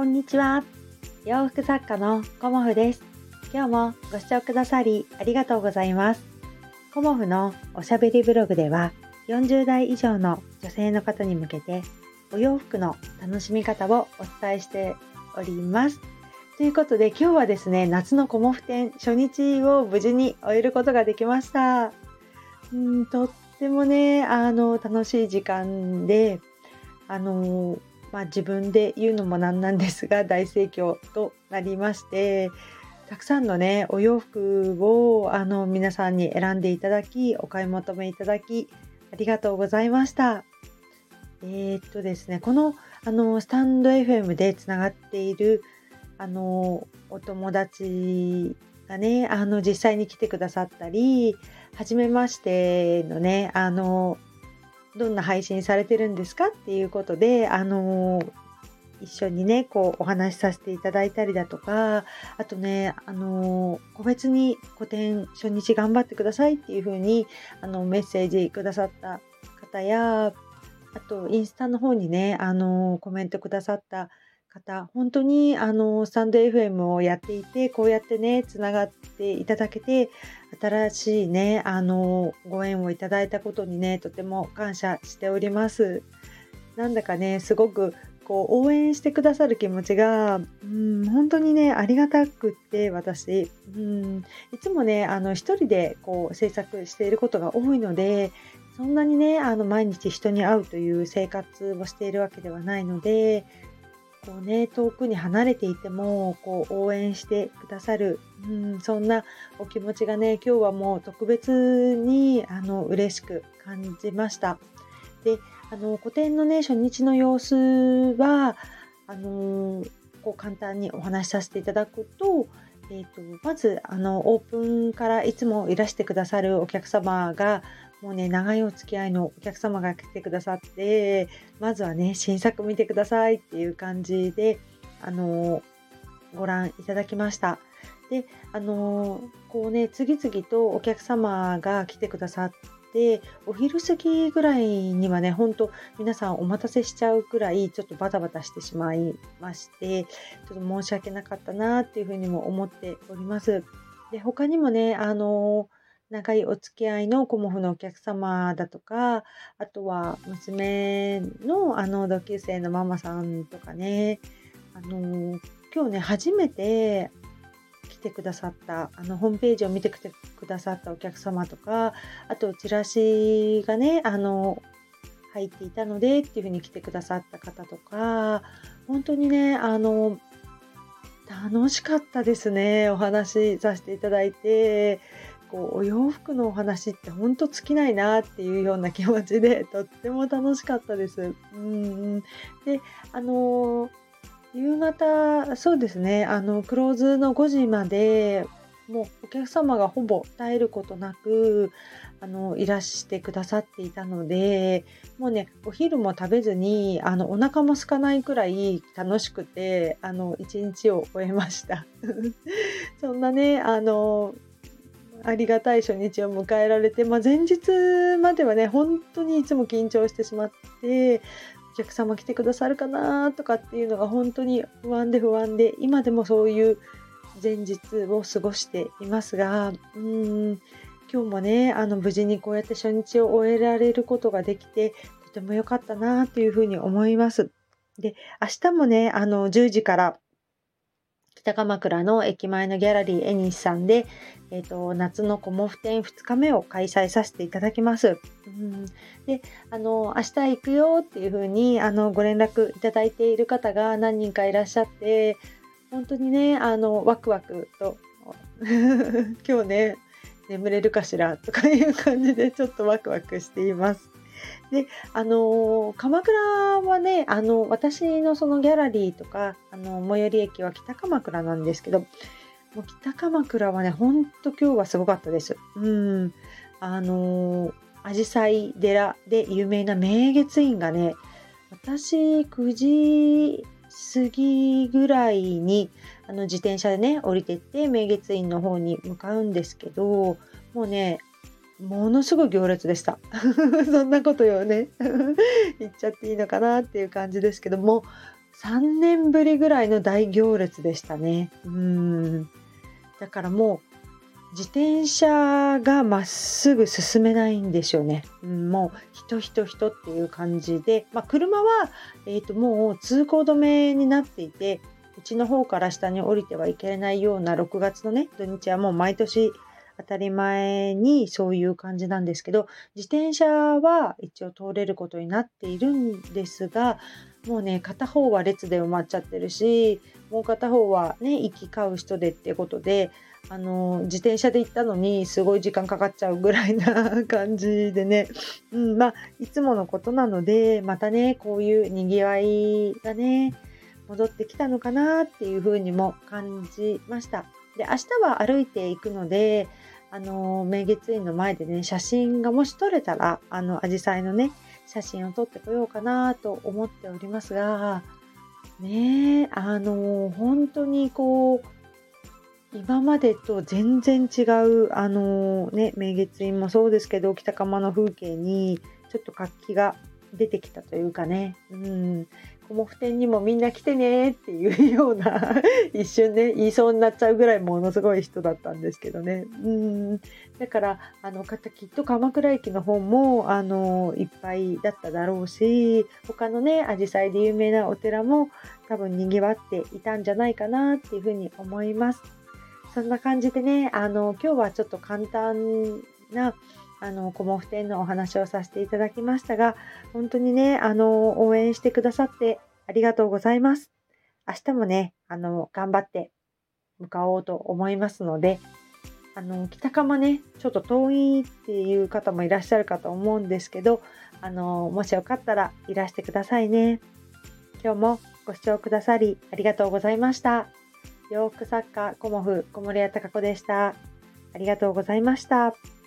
こんにちは。洋服作家のコモフです。今日もご視聴くださりありがとうございます。コモフのおしゃべりブログでは40代以上の女性の方に向けてお洋服の楽しみ方をお伝えしております。ということで今日はですね、夏のコモフ展初日を無事に終えることができました。とってもね、楽しい時間で、自分で言うのもなんなんですが大盛況となりまして、たくさんのねお洋服を皆さんに選んでいただきお買い求めいただきありがとうございました。ですね、このスタンド FM でつながっているお友達がね実際に来てくださったり、初めましてのねどんな配信されてるんですかっていうことで、一緒にね、こうお話しさせていただいたりだとか、あとね、個別に個展初日頑張ってくださいっていう風に、メッセージくださった方や、あとインスタの方にね、コメントくださった方、本当にスタンド FM をやっていて、こうやってね、つながっていただけて、新しいね、ご縁をいただいたことにね、とても感謝しております。なんだかね、すごくこう応援してくださる気持ちが、本当にね、ありがたくって私、いつもね、一人でこう制作していることが多いので、そんなにね、毎日人に会うという生活をしているわけではないので、こうね、遠くに離れていても、こう応援してくださる、そんなお気持ちがね、今日はもう特別に嬉しく感じました。で、個展のね、初日の様子は、こう簡単にお話しさせていただくと、まず、オープンからいつもいらしてくださるお客様が、もうね、長いお付き合いのお客様が来てくださって、まずはね、新作見てくださいっていう感じで、ご覧いただきました。で、こうね、次々とお客様が来てくださって、お昼過ぎぐらいにはね、ほんと皆さんお待たせしちゃうくらい、ちょっとバタバタしてしまいまして、ちょっと申し訳なかったなっていうふうにも思っております。で、他にもね、長いお付き合いのコモフのお客様だとか、あとは娘の同級生のママさんとかね、あの、今日ね、初めて来てくださった、ホームページを見てきてくださったお客様とか、あとチラシがね、入っていたのでっていう風に来てくださった方とか、本当にね、楽しかったですね。お話しさせていただいて、こうお洋服のお話って本当尽きないなっていうような気持ちで、とっても楽しかったです。で、あの夕方、そうですね、クローズの5時まで、もうお客様がほぼ絶えることなく、いらしてくださっていたので、もうね、お昼も食べずに、お腹も空かないくらい楽しくて、1日を終えました。そんなね、ありがたい初日を迎えられて、前日まではね、本当にいつも緊張してしまって、お客様来てくださるかなとかっていうのが本当に不安で、今でもそういう前日を過ごしていますが、今日もね、無事にこうやって初日を終えられることができて、とても良かったなというふうに思います。で、明日もね、10時から北鎌倉の駅前のギャラリーエニスさんで、夏のコモフ展2日目を開催させていただきます。で、明日行くよっていう風にご連絡いただいている方が何人かいらっしゃって、本当にね、ワクワクと今日ね、眠れるかしらとかいう感じでちょっとワクワクしています。で、鎌倉はね、私のそのギャラリーとか、最寄り駅は北鎌倉なんですけど、もう北鎌倉はね、ほんと今日はすごかったです。紫陽花寺で有名な明月院がね、私9時過ぎぐらいに、自転車でね、降りてって明月院の方に向かうんですけど、もうね、ものすごい行列でした。そんなことよね言っちゃっていいのかなっていう感じですけども、 3年ぶりぐらいの大行列でしたね。だからもう自転車がまっすぐ進めないんでしょうね。もう人っていう感じで、車は、もう通行止めになっていて、うちの方から下に降りてはいけないような6月のね、土日はもう毎年当たり前にそういう感じなんですけど、自転車は一応通れることになっているんですが、もうね、片方は列で埋まっちゃってるし、もう片方はね、行き交う人でっていうことで、自転車で行ったのにすごい時間かかっちゃうぐらいな感じでね、いつものことなので、またね、こういう賑わいがね、戻ってきたのかなっていう風にも感じました。で、明日は歩いていくので、明月院の前でね、写真がもし撮れたら、紫陽花のね、写真を撮ってこようかなと思っておりますが、ねえ、本当にこう、今までと全然違う、明月院もそうですけど、北鎌の風景にちょっと活気が出てきたというかね、コモ展にもみんな来てねっていうような一瞬ね、言いそうになっちゃうぐらいものすごい人だったんですけどね。だから、きっと鎌倉駅の方も、いっぱいだっただろうし、他のね、紫陽花で有名なお寺も多分賑わっていたんじゃないかなっていうふうに思います。そんな感じでね、今日はちょっと簡単な、コモフ展のお話をさせていただきましたが、本当にね、応援してくださってありがとうございます。明日もね、頑張って向かおうと思いますので、北鎌ね、ちょっと遠いっていう方もいらっしゃるかと思うんですけど、もしよかったらいらしてくださいね。今日もご視聴くださりありがとうございました。洋服作家コモフ小森屋隆子でした。ありがとうございました。